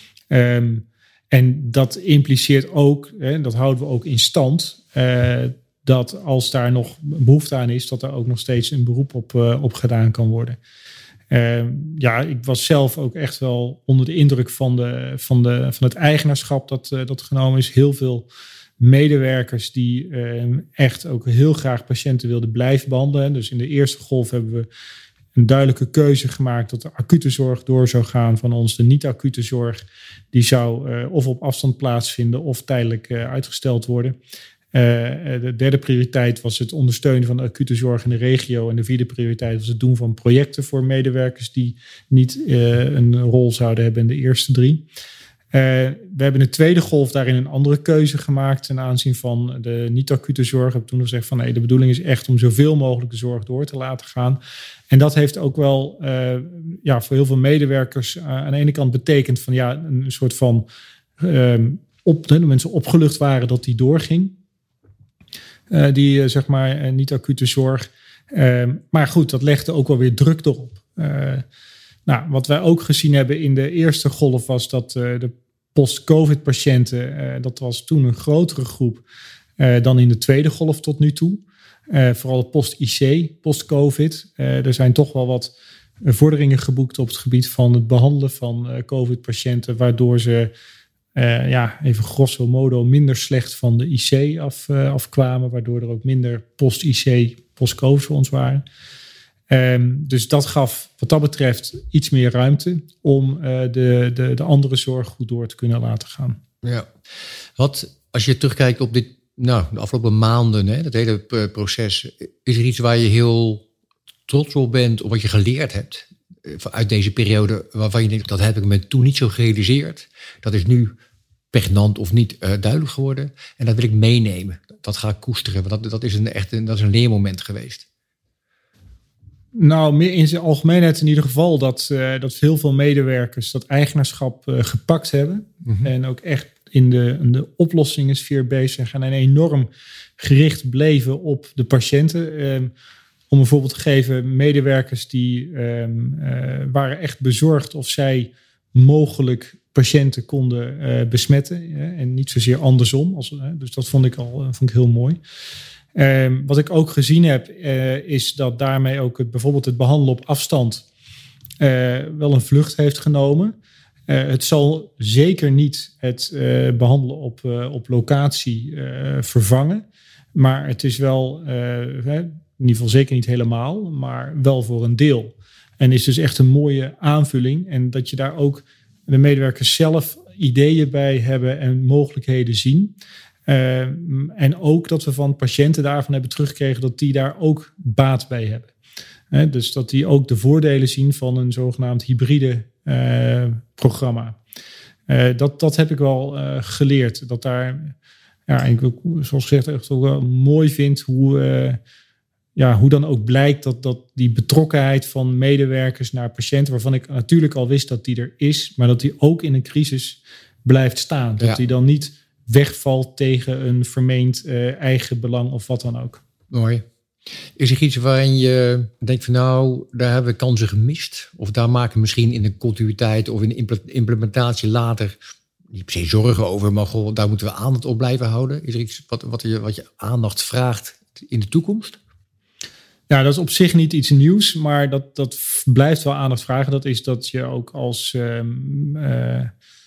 Um, En dat impliceert ook, hè, dat houden we ook in stand, uh, dat als daar nog behoefte aan is, dat er ook nog steeds een beroep op, uh, op gedaan kan worden. Uh, ja, ik was zelf ook echt wel onder de indruk van, de, van, de, van het eigenaarschap dat, uh, dat genomen is. Heel veel medewerkers die uh, echt ook heel graag patiënten wilden blijven behandelen. Dus in de eerste golf hebben we een duidelijke keuze gemaakt dat de acute zorg door zou gaan van ons. De niet-acute zorg die zou uh, of op afstand plaatsvinden of tijdelijk uh, uitgesteld worden. Uh, de derde prioriteit was het ondersteunen van de acute zorg in de regio. En de vierde prioriteit was het doen van projecten voor medewerkers die niet uh, een rol zouden hebben in de eerste drie. Uh, we hebben in de tweede golf daarin een andere keuze gemaakt ten aanzien van de niet-acute zorg. We hebben toen gezegd van nee, de bedoeling is echt om zoveel mogelijk de zorg door te laten gaan. En dat heeft ook wel uh, ja, voor heel veel medewerkers uh, aan de ene kant betekend van ja, een soort van uh, op, de mensen opgelucht waren dat die doorging. Uh, die uh, zeg maar uh, niet-acute zorg. Uh, maar goed, dat legde ook wel weer druk erop. Uh, Nou, wat wij ook gezien hebben in de eerste golf was dat uh, de post-covid patiënten, uh, dat was toen een grotere groep uh, dan in de tweede golf tot nu toe. Uh, vooral post-I C, post-covid. Uh, er zijn toch wel wat vorderingen geboekt op het gebied van het behandelen van uh, covid-patiënten, waardoor ze uh, ja, even grosso modo minder slecht van de I C af, uh, afkwamen, waardoor er ook minder post-I C, post-covid voor ons waren. Um, dus dat gaf wat dat betreft iets meer ruimte om uh, de, de, de andere zorg goed door te kunnen laten gaan. Ja. Wat, als je terugkijkt op dit nou, de afgelopen maanden, hè, dat hele proces, is er iets waar je heel trots op bent, of wat je geleerd hebt uit deze periode, waarvan je denkt, dat heb ik me toen niet zo gerealiseerd. Dat is nu pregnant of niet uh, duidelijk geworden. En dat wil ik meenemen. Dat ga ik koesteren. Want dat, dat is een echt een, dat is een leermoment geweest. Nou, meer in zijn algemeenheid in ieder geval dat, uh, dat heel veel medewerkers dat eigenaarschap uh, gepakt hebben. Mm-hmm. En ook echt in de, in de oplossingensfeer bezig zijn en enorm gericht bleven op de patiënten. Um, om een voorbeeld te geven, medewerkers die um, uh, waren echt bezorgd of zij mogelijk patiënten konden uh, besmetten. Hè, en niet zozeer andersom. Als, uh, dus dat vond ik al uh, vond ik heel mooi. Um, wat ik ook gezien heb, uh, is dat daarmee ook het, bijvoorbeeld het behandelen op afstand uh, wel een vlucht heeft genomen. Uh, het zal zeker niet het uh, behandelen op, uh, op locatie uh, vervangen. Maar het is wel, uh, in ieder geval zeker niet helemaal, maar wel voor een deel. En is dus echt een mooie aanvulling. En dat je daar ook de medewerkers zelf ideeën bij hebben en mogelijkheden zien. Uh, en ook dat we van patiënten daarvan hebben teruggekregen dat die daar ook baat bij hebben. Uh, dus dat die ook de voordelen zien van een zogenaamd hybride uh, programma. Uh, dat, dat heb ik wel uh, geleerd. Dat daar, ja, en ik ook, zoals gezegd, echt ook wel mooi vind hoe, uh, ja, hoe dan ook blijkt dat, dat die betrokkenheid van medewerkers naar patiënten, waarvan ik natuurlijk al wist dat die er is, maar dat die ook in een crisis blijft staan. Dat ja. die dan niet wegvalt tegen een vermeend uh, eigen belang of wat dan ook. Mooi. Is er iets waarin je denkt van nou, daar hebben we kansen gemist? Of daar maken we misschien in de continuïteit of in de implementatie later niet per se zorgen over, maar goh, daar moeten we aandacht op blijven houden? Is er iets wat, wat, je, wat je aandacht vraagt in de toekomst? Ja, dat is op zich niet iets nieuws, maar dat, dat blijft wel aandacht vragen. Dat is dat je ook als um, uh,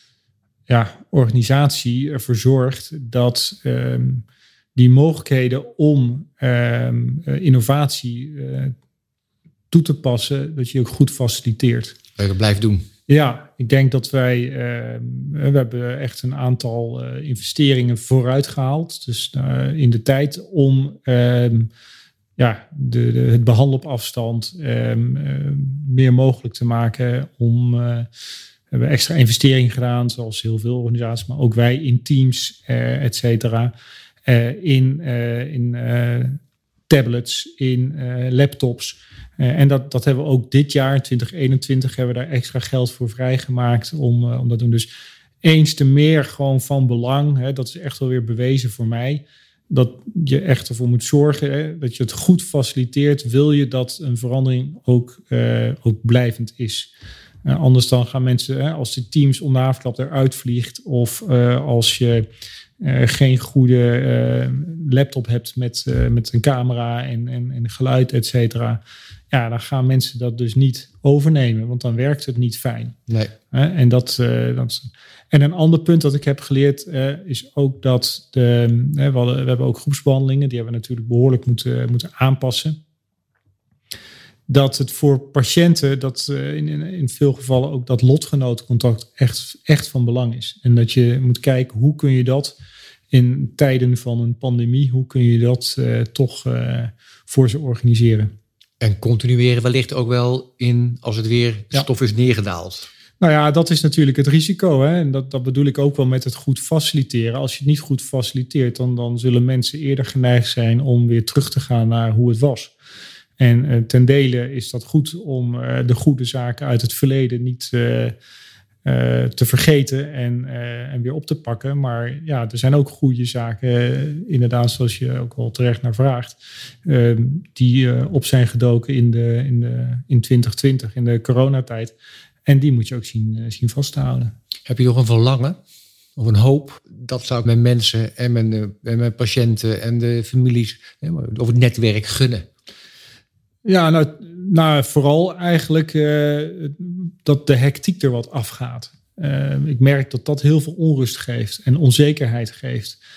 ja, organisatie ervoor zorgt dat um, die mogelijkheden om um, innovatie uh, toe te passen, dat je ook goed faciliteert. Dat je dat blijft doen. Ja, ik denk dat wij, uh, we hebben echt een aantal uh, investeringen vooruit gehaald. Dus uh, in de tijd om uh, ja, de, de, het behandelen op afstand um, uh, meer mogelijk te maken. Om, uh, we hebben extra investeringen gedaan, zoals heel veel organisaties, maar ook wij in Teams, uh, et cetera. Uh, in uh, in uh, tablets, in uh, laptops. Uh, en dat, dat hebben we ook dit jaar, twintig eenentwintig, hebben we daar extra geld voor vrijgemaakt om, uh, om dat te doen. Dus eens te meer gewoon van belang. Hè, dat is echt wel weer bewezen voor mij. Dat je echt ervoor moet zorgen, hè, dat je het goed faciliteert. Wil je dat een verandering ook, uh, ook blijvend is. Uh, anders dan gaan mensen, hè, als de Teams om de havenklap eruit vliegt, of uh, als je uh, geen goede uh, laptop hebt met, uh, met een camera en, en, en geluid, et cetera. Ja, dan gaan mensen dat dus niet overnemen, want dan werkt het niet fijn. Nee. Uh, en, dat, uh, dat, en een ander punt dat ik heb geleerd uh, is ook dat de, uh, we, hadden, we hebben ook groepsbehandelingen, die hebben we natuurlijk behoorlijk moeten, moeten aanpassen. Dat het voor patiënten, dat uh, in, in veel gevallen ook dat lotgenotencontact echt, echt van belang is. En dat je moet kijken, hoe kun je dat in tijden van een pandemie, hoe kun je dat uh, toch uh, voor ze organiseren. En continueren wellicht ook wel in als het weer ja. stof is neergedaald. Nou ja, dat is natuurlijk het risico. Hè? En dat, dat bedoel ik ook wel met het goed faciliteren. Als je het niet goed faciliteert, dan, dan zullen mensen eerder geneigd zijn om weer terug te gaan naar hoe het was. En uh, ten dele is dat goed om uh, de goede zaken uit het verleden niet uh, uh, te vergeten en, uh, en weer op te pakken. Maar ja, er zijn ook goede zaken, uh, inderdaad, zoals je ook al terecht naar vraagt, uh, die uh, op zijn gedoken in, de, in, de, in twintig twintig, in de coronatijd. En die moet je ook zien, uh, zien vast te houden. Heb je nog een verlangen of een hoop? Dat zou ik mijn mensen en mijn, uh, en mijn patiënten en de families of het netwerk gunnen. Ja, nou, nou vooral eigenlijk uh, dat de hectiek er wat afgaat. Uh, ik merk dat dat heel veel onrust geeft en onzekerheid geeft.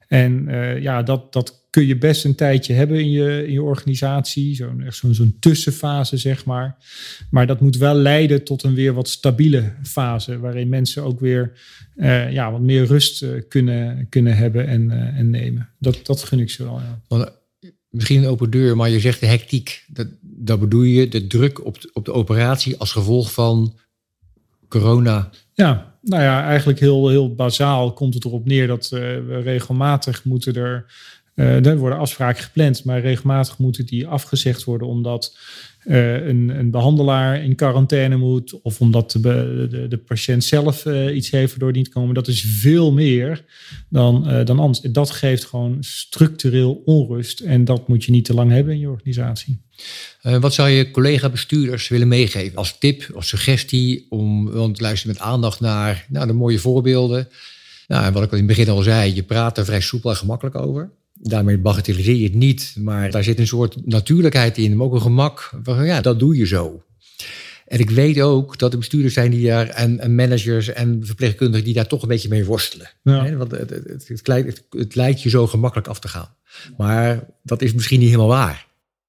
En uh, ja, dat, dat kun je best een tijdje hebben in je, in je organisatie. Zo'n, zo'n, zo'n tussenfase, zeg maar. Maar dat moet wel leiden tot een weer wat stabiele fase. Waarin mensen ook weer uh, ja, wat meer rust uh, kunnen, kunnen hebben en, uh, en nemen. Dat, dat gun ik ze wel, ja. Want, misschien een open deur, maar je zegt de hectiek. Dat, dat bedoel je de druk op de, op de operatie als gevolg van corona? Ja, nou ja, eigenlijk heel, heel bazaal komt het erop neer dat uh, we regelmatig moeten er... Uh, er worden afspraken gepland, maar regelmatig moeten die afgezegd worden omdat uh, een, een behandelaar in quarantaine moet of omdat de, de, de patiënt zelf uh, iets heeft waardoor die niet komen. Dat is veel meer dan, uh, dan anders. Dat geeft gewoon structureel onrust en dat moet je niet te lang hebben in je organisatie. Uh, wat zou je collega-bestuurders willen meegeven als tip of suggestie om, want luister met aandacht naar nou, de mooie voorbeelden. Nou, en wat ik al in het begin al zei, je praat er vrij soepel en gemakkelijk over. Daarmee bagatelliseer je het niet, maar daar zit een soort natuurlijkheid in, maar ook een gemak. Van, ja, dat doe je zo. En ik weet ook dat er bestuurders zijn die daar, en, en managers en verpleegkundigen die daar toch een beetje mee worstelen. Ja. He, want het, het, het, het, lijkt, het lijkt je zo gemakkelijk af te gaan. Maar dat is misschien niet helemaal waar.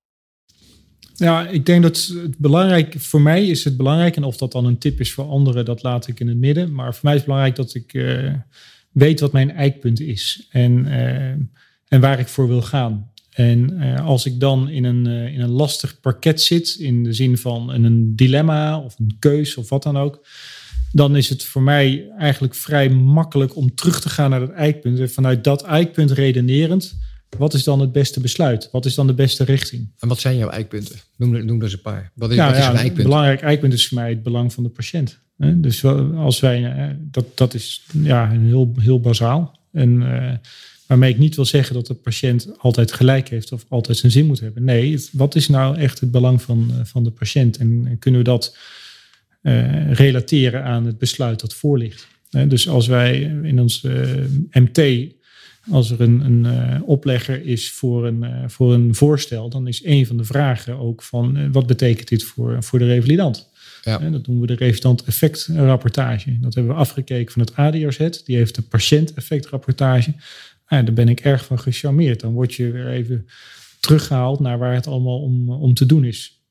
Ja, ik denk dat het belangrijk, voor mij is het belangrijk, en of dat dan een tip is voor anderen, dat laat ik in het midden. Maar voor mij is het belangrijk dat ik uh, weet wat mijn eikpunt is. En... Uh, En waar ik voor wil gaan. En uh, als ik dan in een, uh, in een lastig parket zit, in de zin van een dilemma of een keus of wat dan ook, dan is het voor mij eigenlijk vrij makkelijk om terug te gaan naar dat eikpunt. En vanuit dat eikpunt redenerend, wat is dan het beste besluit? Wat is dan de beste richting? En wat zijn jouw eikpunten? Noem, noem er eens een paar. Wat is, ja, wat is ja, een eikpunt? Een belangrijk eikpunt is voor mij het belang van de patiënt. Dus als wij, dat, dat is ja, heel, heel bazaal. En uh, waarmee ik niet wil zeggen dat de patiënt altijd gelijk heeft of altijd zijn zin moet hebben. Nee, het, wat is nou echt het belang van, van de patiënt? En, en kunnen we dat uh, relateren aan het besluit dat voor ligt? Uh, dus als wij in ons uh, M T, als er een, een uh, oplegger is voor een, uh, voor een voorstel, dan is een van de vragen ook van uh, wat betekent dit voor, voor de revalidant? Ja. Uh, dat noemen we de revalidant effectrapportage. Dat hebben we afgekeken van het A D R Z. Die heeft de patiënt-effectrapportage. Ja, daar ben ik erg van gecharmeerd. Dan word je weer even teruggehaald naar waar het allemaal om, om te doen is.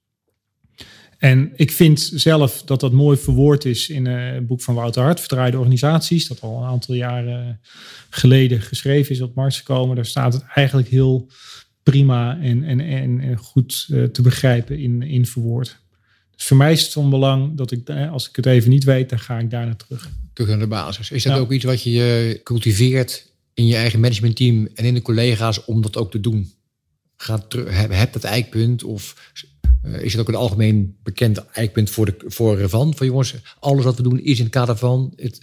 En ik vind zelf dat dat mooi verwoord is in het boek van Wouter Hart, Verdraaide Organisaties, dat al een aantal jaren geleden geschreven is op markt gekomen. Daar staat het eigenlijk heel prima en, en, en, en goed uh, te begrijpen in, in verwoord. Dus voor mij is het van belang dat ik, als ik het even niet weet, dan ga ik daar naar terug. Terug naar de basis. Is dat ja. ook iets wat je cultiveert in je eigen managementteam en in de collega's om dat ook te doen? Ga terug, heb, heb dat eikpunt of uh, is het ook een algemeen bekend eikpunt voor de voor van van jongens, alles wat we doen is in het kader van het.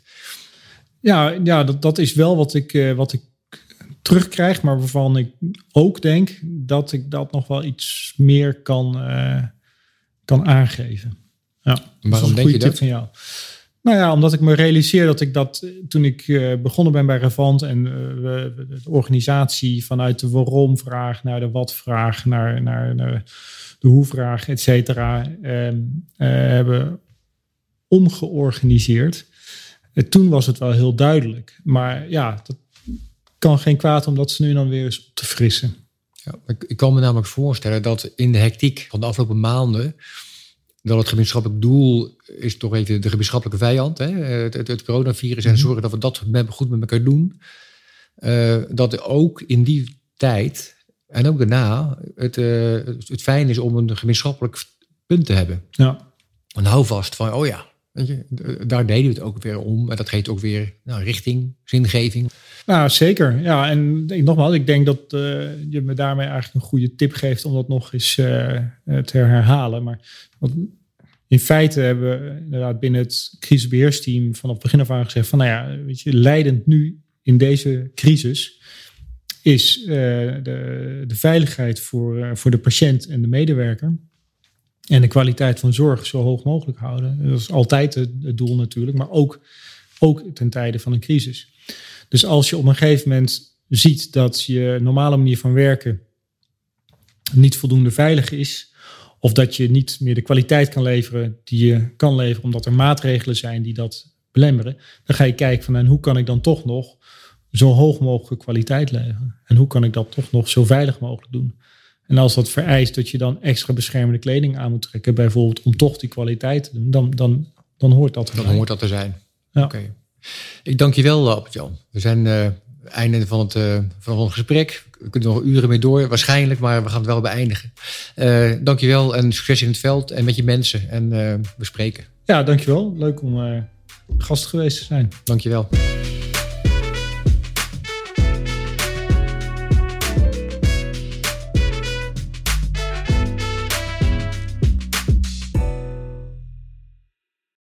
Ja, ja dat, dat is wel wat ik, uh, wat ik terugkrijg, maar waarvan ik ook denk dat ik dat nog wel iets meer kan, uh, kan aangeven. Ja, waarom denk je dat? Van jou. Nou ja, omdat ik me realiseer dat ik dat toen ik uh, begonnen ben bij Revant en uh, we, de organisatie vanuit de waarom-vraag naar de wat-vraag, naar, naar, naar de hoe-vraag, et cetera, uh, uh, hebben omgeorganiseerd. Uh, toen was het wel heel duidelijk. Maar ja, dat kan geen kwaad om dat ze nu dan weer eens op te frissen. Ja, ik, ik kan me namelijk voorstellen dat in de hectiek van de afgelopen maanden dat het gemeenschappelijk doel is toch even de gemeenschappelijke vijand. Hè? Het, het, het coronavirus en zorgen dat we dat goed met elkaar doen. Uh, dat ook in die tijd en ook daarna het, uh, het, het fijn is om een gemeenschappelijk punt te hebben. Ja. Een houvast van, oh ja, weet je, daar deden we het ook weer om. En dat geeft ook weer nou, richting, zingeving. Nou, zeker. Ja, en nogmaals, ik denk dat uh, je me daarmee eigenlijk een goede tip geeft om dat nog eens uh, te herhalen. Maar wat, in feite hebben we inderdaad binnen het crisisbeheersteam vanaf het begin af aan gezegd van, nou ja, weet je, leidend nu in deze crisis is uh, de, de veiligheid voor, uh, voor de patiënt en de medewerker en de kwaliteit van zorg zo hoog mogelijk houden. Dat is altijd het, het doel natuurlijk, maar ook, ook ten tijde van een crisis. Dus als je op een gegeven moment ziet dat je normale manier van werken niet voldoende veilig is, of dat je niet meer de kwaliteit kan leveren die je kan leveren, omdat er maatregelen zijn die dat belemmeren, dan ga je kijken van en hoe kan ik dan toch nog zo hoog mogelijke kwaliteit leveren? En hoe kan ik dat toch nog zo veilig mogelijk doen? En als dat vereist dat je dan extra beschermende kleding aan moet trekken, bijvoorbeeld om toch die kwaliteit te doen, dan, dan, dan hoort dat erbij. Dan hoort dat te zijn. Ja. Oké. Okay. Ik dank je wel, Albert-Jan. We zijn uh, einde van het, uh, van ons gesprek. We kunnen nog uren mee door, waarschijnlijk, maar we gaan het wel beëindigen. Uh, dank je wel en succes in het veld en met je mensen. En uh, we spreken. Ja, dank je wel. Leuk om uh, gast geweest te zijn. Dank je wel.